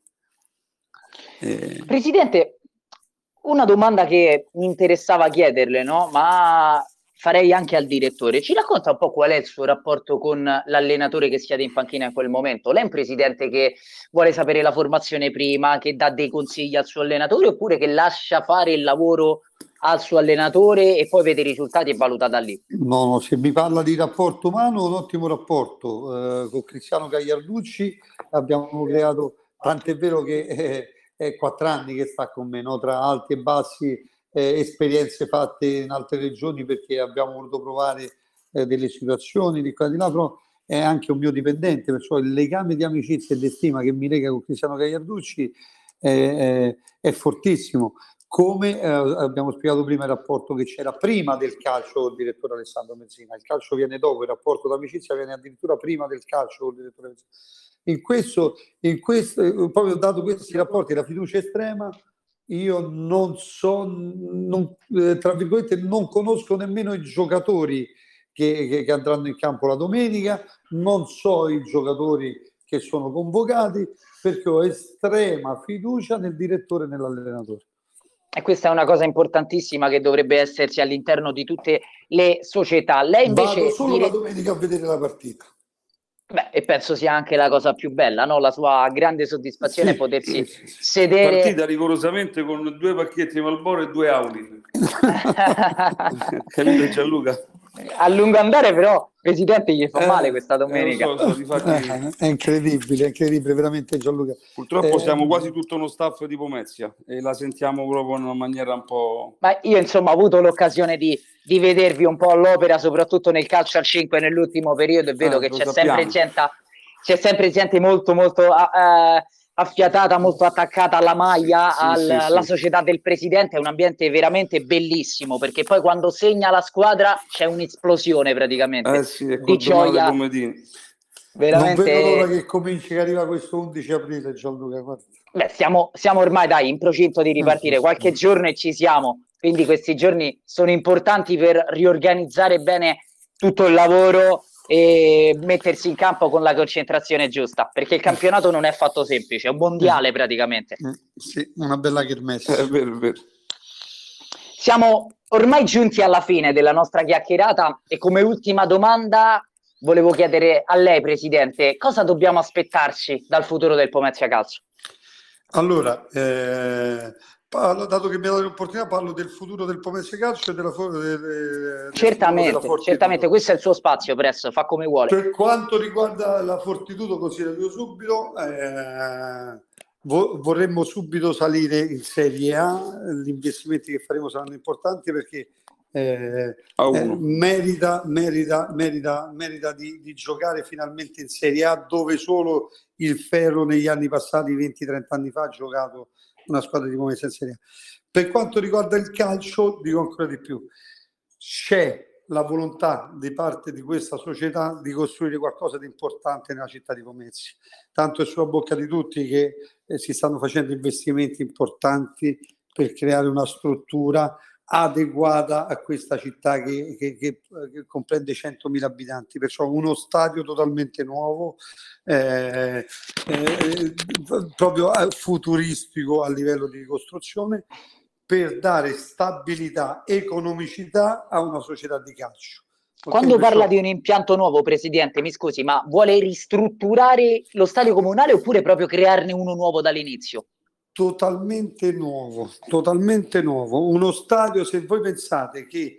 Presidente, una domanda che mi interessava chiederle, no? Ma farei anche al direttore. Ci racconta un po' qual è il suo rapporto con l'allenatore che siede in panchina in quel momento? Lei è un presidente che vuole sapere la formazione prima, che dà dei consigli al suo allenatore, oppure che lascia fare il lavoro al suo allenatore e poi vede i risultati e valuta da lì? No, se mi parla di rapporto umano, un ottimo rapporto. Con Cristiano Gagliarducci abbiamo creato, tant'è vero che è 4 anni che sta con me, no? Tra alti e bassi, esperienze fatte in altre regioni, perché abbiamo voluto provare delle situazioni di qua e di là, però è anche un mio dipendente, perciò il legame di amicizia e di stima che mi lega con Cristiano Gagliarducci è fortissimo. Come abbiamo spiegato prima, il rapporto che c'era prima del calcio col direttore Alessandro Mezzina. Il calcio viene dopo, il rapporto d'amicizia viene addirittura prima del calcio col direttore Mezzina. In questo proprio dato questi rapporti, la fiducia estrema, io non so, tra virgolette, non conosco nemmeno i giocatori che andranno in campo la domenica, non so i giocatori che sono convocati, perché ho estrema fiducia nel direttore e nell'allenatore. E questa è una cosa importantissima che dovrebbe esserci all'interno di tutte le società. Lei invece vado solo la domenica a vedere la partita. Beh, e penso sia anche la cosa più bella, no? La sua grande soddisfazione è potersi sedere. Partita rigorosamente con 2 pacchetti Marlboro e 2 Audi. Capito Gianluca? A lungo andare però, Presidente, gli fa male questa domenica. Lo so, difatti, è incredibile veramente, Gianluca. purtroppo siamo quasi tutto uno staff di Pomezia e la sentiamo proprio in una maniera un po'... Ma io insomma ho avuto l'occasione di vedervi un po' all'opera, soprattutto nel calcio al 5 nell'ultimo periodo, e vedo che c'è sempre gente molto affiatata, molto attaccata alla maglia, alla società del presidente. È un ambiente veramente bellissimo, perché poi quando segna la squadra c'è un'esplosione praticamente di gioia. Veramente... Non vedo l'ora che cominci, che arriva questo 11 aprile, Gianluca. Beh, siamo ormai in procinto di ripartire, qualche giorno e ci siamo, quindi questi giorni sono importanti per riorganizzare bene tutto il lavoro e mettersi in campo con la concentrazione giusta, perché il campionato non è affatto semplice, è un mondiale praticamente. Sì, una bella kermesse. È vero. Siamo ormai giunti alla fine della nostra chiacchierata e come ultima domanda volevo chiedere a lei, Presidente, cosa dobbiamo aspettarci dal futuro del Pomezia Calcio? Allora, dato che mi ha dato l'opportunità, parlo del futuro del Pomezia Calcio e certamente, questo è il suo spazio, Presso, fa come vuole. Per quanto riguarda la Fortitudo, così la dico subito, vorremmo subito salire in Serie A, gli investimenti che faremo saranno importanti perché merita di giocare finalmente in Serie A, dove solo il Ferro negli anni passati, 20-30 anni fa, ha giocato una squadra di Pomezia in Serie A. Per quanto riguarda il calcio, dico ancora di più, c'è la volontà di parte di questa società di costruire qualcosa di importante nella città di Pomezia. Tanto è sulla bocca di tutti che si stanno facendo investimenti importanti per creare una struttura adeguata a questa città che comprende 100.000 abitanti, perciò uno stadio totalmente nuovo, proprio futuristico a livello di costruzione, per dare stabilità, economicità a una società di calcio. Quando parla di un impianto nuovo, Presidente, mi scusi, ma vuole ristrutturare lo stadio comunale oppure proprio crearne uno nuovo dall'inizio? Totalmente nuovo. Uno stadio, se voi pensate che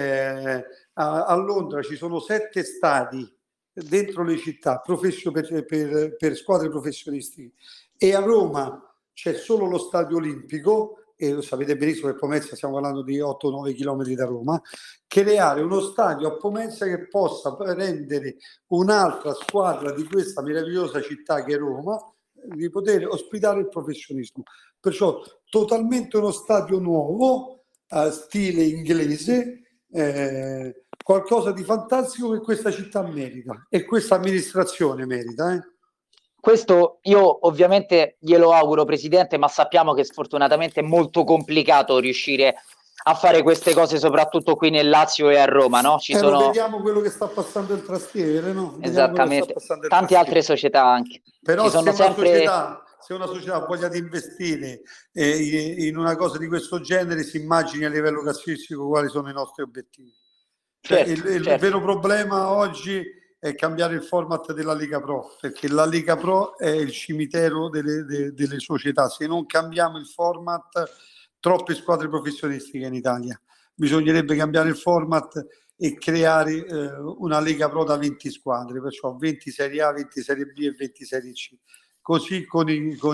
a Londra ci sono 7 stadi dentro le città per squadre professionistiche e a Roma c'è solo lo stadio olimpico, e lo sapete benissimo che Pomezia stiamo parlando di 8-9 chilometri da Roma, creare uno stadio a Pomezia che possa rendere un'altra squadra di questa meravigliosa città che è Roma, di poter ospitare il professionismo. Perciò totalmente uno stadio nuovo, stile inglese, qualcosa di fantastico che questa città merita e questa amministrazione merita. Questo io ovviamente glielo auguro, Presidente, ma sappiamo che sfortunatamente è molto complicato riuscire a fare queste cose, soprattutto qui nel Lazio e a Roma, no? Vediamo quello che sta passando il Trastevere, no? Esattamente, tante altre società anche. Però se una società ha voglia di investire in una cosa di questo genere, si immagini a livello calcistico quali sono i nostri obiettivi. Il vero problema oggi è cambiare il format della Lega Pro, perché la Lega Pro è il cimitero delle società. Se non cambiamo il format, troppe squadre professionistiche in Italia. Bisognerebbe cambiare il format e creare una Lega Pro da 20 squadre, perciò 20 Serie A, 20 Serie B e 20 Serie C. Così con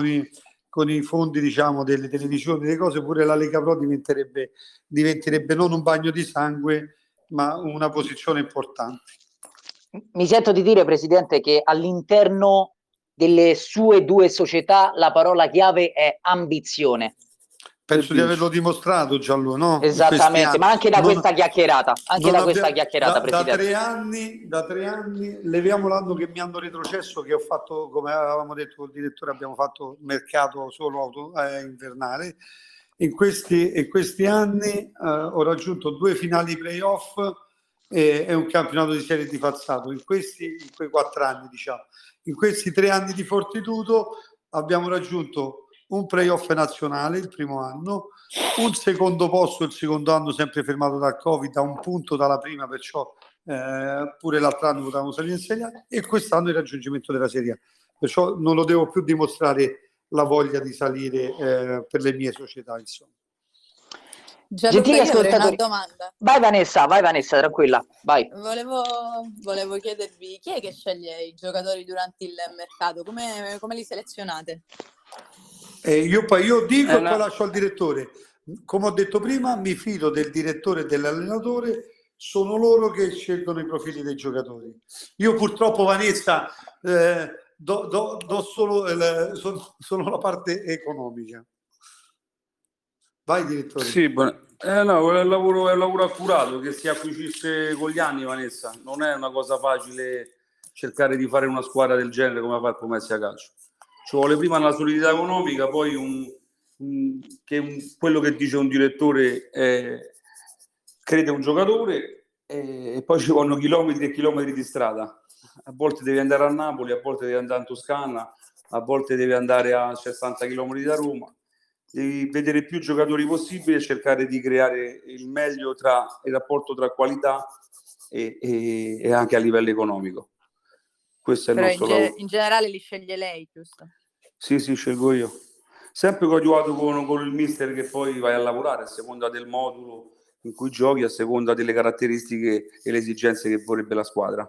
i fondi, diciamo, delle televisioni, delle cose, pure la Lega Pro diventerebbe non un bagno di sangue, ma una posizione importante. Mi sento di dire, Presidente, che all'interno delle sue 2 società la parola chiave è ambizione. Penso di averlo dimostrato, Gianluca, no? Esattamente, ma anche da questa chiacchierata, Presidente. Da 3 anni, leviamo l'anno che mi hanno retrocesso, che ho fatto, come avevamo detto col direttore, abbiamo fatto mercato solo invernale. In questi anni ho raggiunto 2 finali playoff e un campionato di serie di passato. In quei 4 anni, diciamo. In questi 3 anni di Fortitudo abbiamo raggiunto un playoff nazionale il primo anno, un secondo posto il secondo anno, sempre fermato dal Covid, a un punto dalla prima, perciò pure l'altro anno potevamo salire in Serie A, e quest'anno il raggiungimento della Serie A. Perciò non lo devo più dimostrare la voglia di salire per le mie società, insomma. Gianluca, Gentili io avrei una ascoltatori, domanda. vai Vanessa, tranquilla, vai. Volevo chiedervi chi è che sceglie i giocatori durante il mercato? Come li selezionate? Io dico È e poi una- lascio al direttore. Come ho detto prima, mi fido del direttore e dell'allenatore, sono loro che scelgono i profili dei giocatori. Io purtroppo, Vanessa, do solo sono la parte economica. Vai, direttore. Sì, no, è un lavoro accurato che si acquisisce con gli anni, Vanessa. Non è una cosa facile cercare di fare una squadra del genere come fa il Pomezia Calcio. Ci vuole prima una solidità economica, poi quello che dice un direttore crede un giocatore e poi ci vogliono chilometri e chilometri di strada. A volte devi andare a Napoli, a volte devi andare in Toscana, a volte devi andare a 60 chilometri da Roma. Devi vedere più giocatori possibili e cercare di creare il meglio tra il rapporto tra qualità e anche a livello economico. Questo è il Però nostro lavoro. in generale li sceglie lei, giusto? Sì, scelgo io. Sempre coadiuvato con il mister che poi vai a lavorare a seconda del modulo in cui giochi, a seconda delle caratteristiche e le esigenze che vorrebbe la squadra.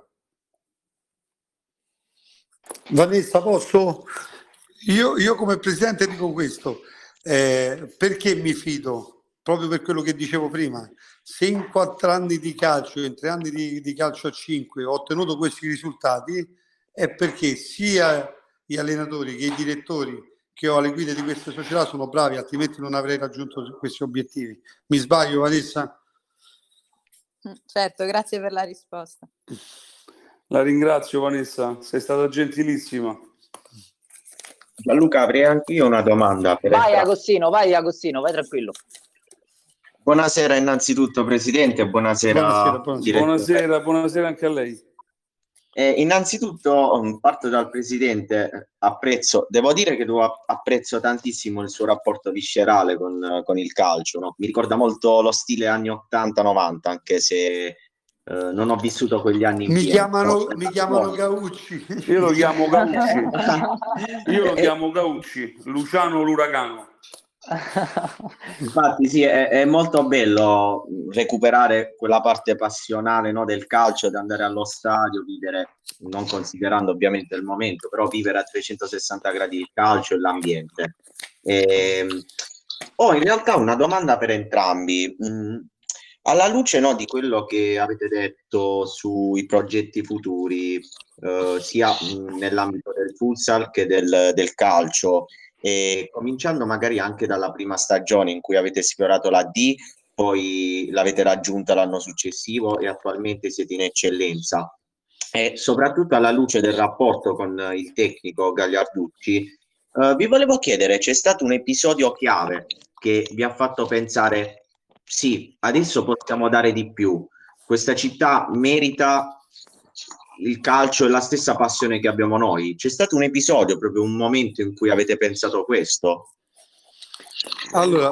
Vanessa, posso? Io come presidente dico questo, perché mi fido? Proprio per quello che dicevo prima. Se in 4 anni di calcio, in 3 anni di calcio a 5 ho ottenuto questi risultati, è perché sia gli allenatori che i direttori che ho alle guide di queste società sono bravi, altrimenti non avrei raggiunto questi obiettivi. Mi sbaglio, Vanessa? Certo, grazie per la risposta. La ringrazio, Vanessa, sei stata gentilissima. Gianluca, avrei anche io una domanda. Vai Agostino, vai tranquillo. Buonasera innanzitutto Presidente, buonasera direttore. Buonasera anche a lei. Innanzitutto parto dal Presidente, devo dire che apprezzo tantissimo il suo rapporto viscerale con il calcio, no? Mi ricorda molto lo stile anni 80-90, anche se non ho vissuto quegli anni in Mi pieno. chiamano Gaucci. Io lo chiamo Gaucci, Luciano l'Uragano. Infatti sì, è molto bello recuperare quella parte passionale, no, del calcio, di andare allo stadio, vivere, non considerando ovviamente il momento, però vivere a 360 gradi il calcio e l'ambiente. Ho in realtà una domanda per entrambi. Alla luce, no, di quello che avete detto sui progetti futuri, sia nell'ambito del futsal che del calcio, e cominciando magari anche dalla prima stagione in cui avete sfiorato la D, poi l'avete raggiunta l'anno successivo e attualmente siete in eccellenza. E soprattutto alla luce del rapporto con il tecnico Gagliarducci, vi volevo chiedere, c'è stato un episodio chiave che vi ha fatto pensare, sì, adesso possiamo dare di più, questa città merita il calcio e la stessa passione che abbiamo noi. C'è stato un episodio, proprio un momento in cui avete pensato questo? Allora,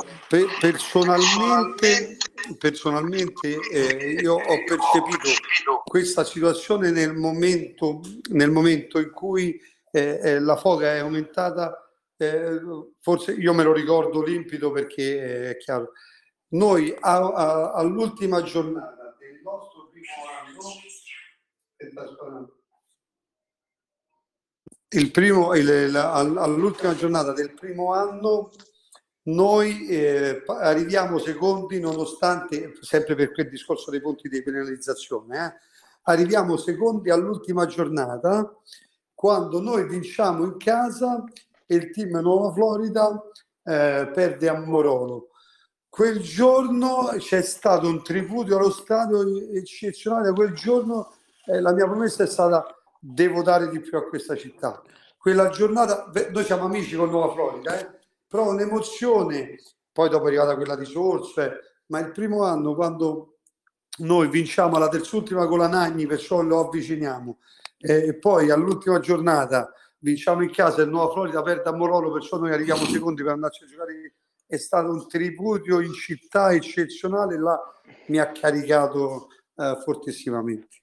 personalmente io ho percepito questa situazione nel momento in cui la foga è aumentata, forse io me lo ricordo limpido perché è chiaro. Noi all'ultima giornata del nostro primo anno, all'ultima giornata del primo anno, noi arriviamo secondi, nonostante, sempre per quel discorso dei punti di penalizzazione, arriviamo secondi all'ultima giornata, quando noi vinciamo in casa e il team Nuova Florida perde a Morolo. Quel giorno c'è stato un tripudio allo stadio eccezionale. Quel giorno la mia promessa è stata: devo dare di più a questa città. Quella giornata, noi siamo amici con Nuova Florida, però un'emozione, poi dopo è arrivata quella di Sorse, ma il primo anno, quando noi vinciamo la terzultima con la Nagni, perciò lo avviciniamo, e poi all'ultima giornata vinciamo in casa e Nuova Florida perde a Morolo, perciò noi arriviamo secondi per andarci a giocare. È stato un tripudio in città eccezionale, là mi ha caricato fortissimamente.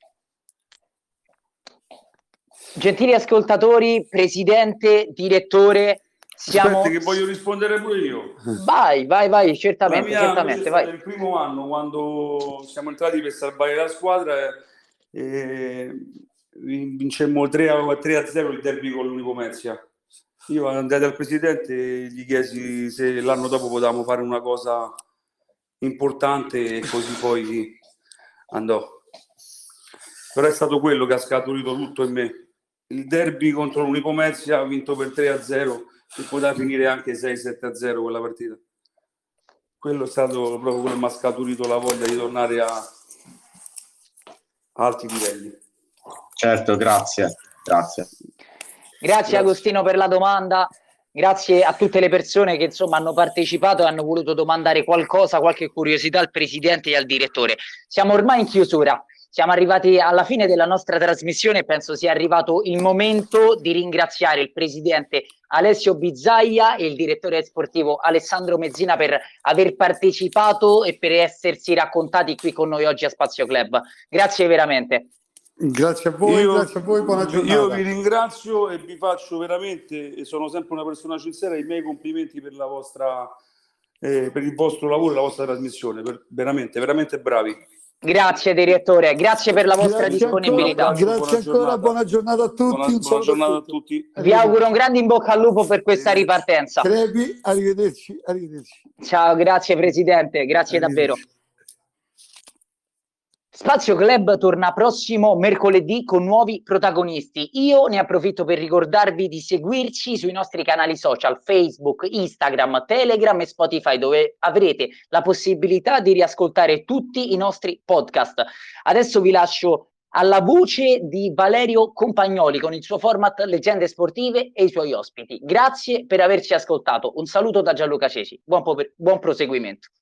Gentili ascoltatori, presidente, direttore, Siamo... Aspetta che voglio rispondere pure io. Vai, certamente, certamente. È stato il primo anno quando siamo entrati per salvare la squadra e vincemmo 3-0 il derby con l'Unipomezia. Io andai dal presidente e gli chiesi se l'anno dopo potevamo fare una cosa importante e così poi andò. Però è stato quello che ha scaturito tutto in me. Il derby contro l'Unipomezia vinto per 3-0 e poteva finire anche 6-7-0 quella partita. Quello è stato proprio quello che mi ha scaturito la voglia di tornare a alti livelli. Certo, grazie. Grazie Agostino per la domanda, grazie a tutte le persone che insomma hanno partecipato e hanno voluto domandare qualcosa, qualche curiosità al presidente e al direttore. Siamo ormai in chiusura, siamo arrivati alla fine della nostra trasmissione e penso sia arrivato il momento di ringraziare il presidente Alessio Bizzaia e il direttore sportivo Alessandro Mezzina per aver partecipato e per essersi raccontati qui con noi oggi a Spazio Club. Grazie veramente. Grazie a voi, buona giornata. Io vi ringrazio e vi faccio veramente, e sono sempre una persona sincera, i miei complimenti per la vostra per il vostro lavoro e la vostra trasmissione, veramente bravi. Grazie direttore, grazie per la vostra disponibilità. Grazie ancora, buona giornata a tutti. Buona giornata a tutti. Vi auguro un grande in bocca al lupo per questa ripartenza. Crepi, arrivederci. Ciao, grazie presidente, grazie davvero. Spazio Club torna prossimo mercoledì con nuovi protagonisti. Io ne approfitto per ricordarvi di seguirci sui nostri canali social Facebook, Instagram, Telegram e Spotify, dove avrete la possibilità di riascoltare tutti i nostri podcast. Adesso vi lascio alla voce di Valerio Compagnoli con il suo format Leggende Sportive e i suoi ospiti. Grazie per averci ascoltato. Un saluto da Gianluca Ceci. Buon proseguimento.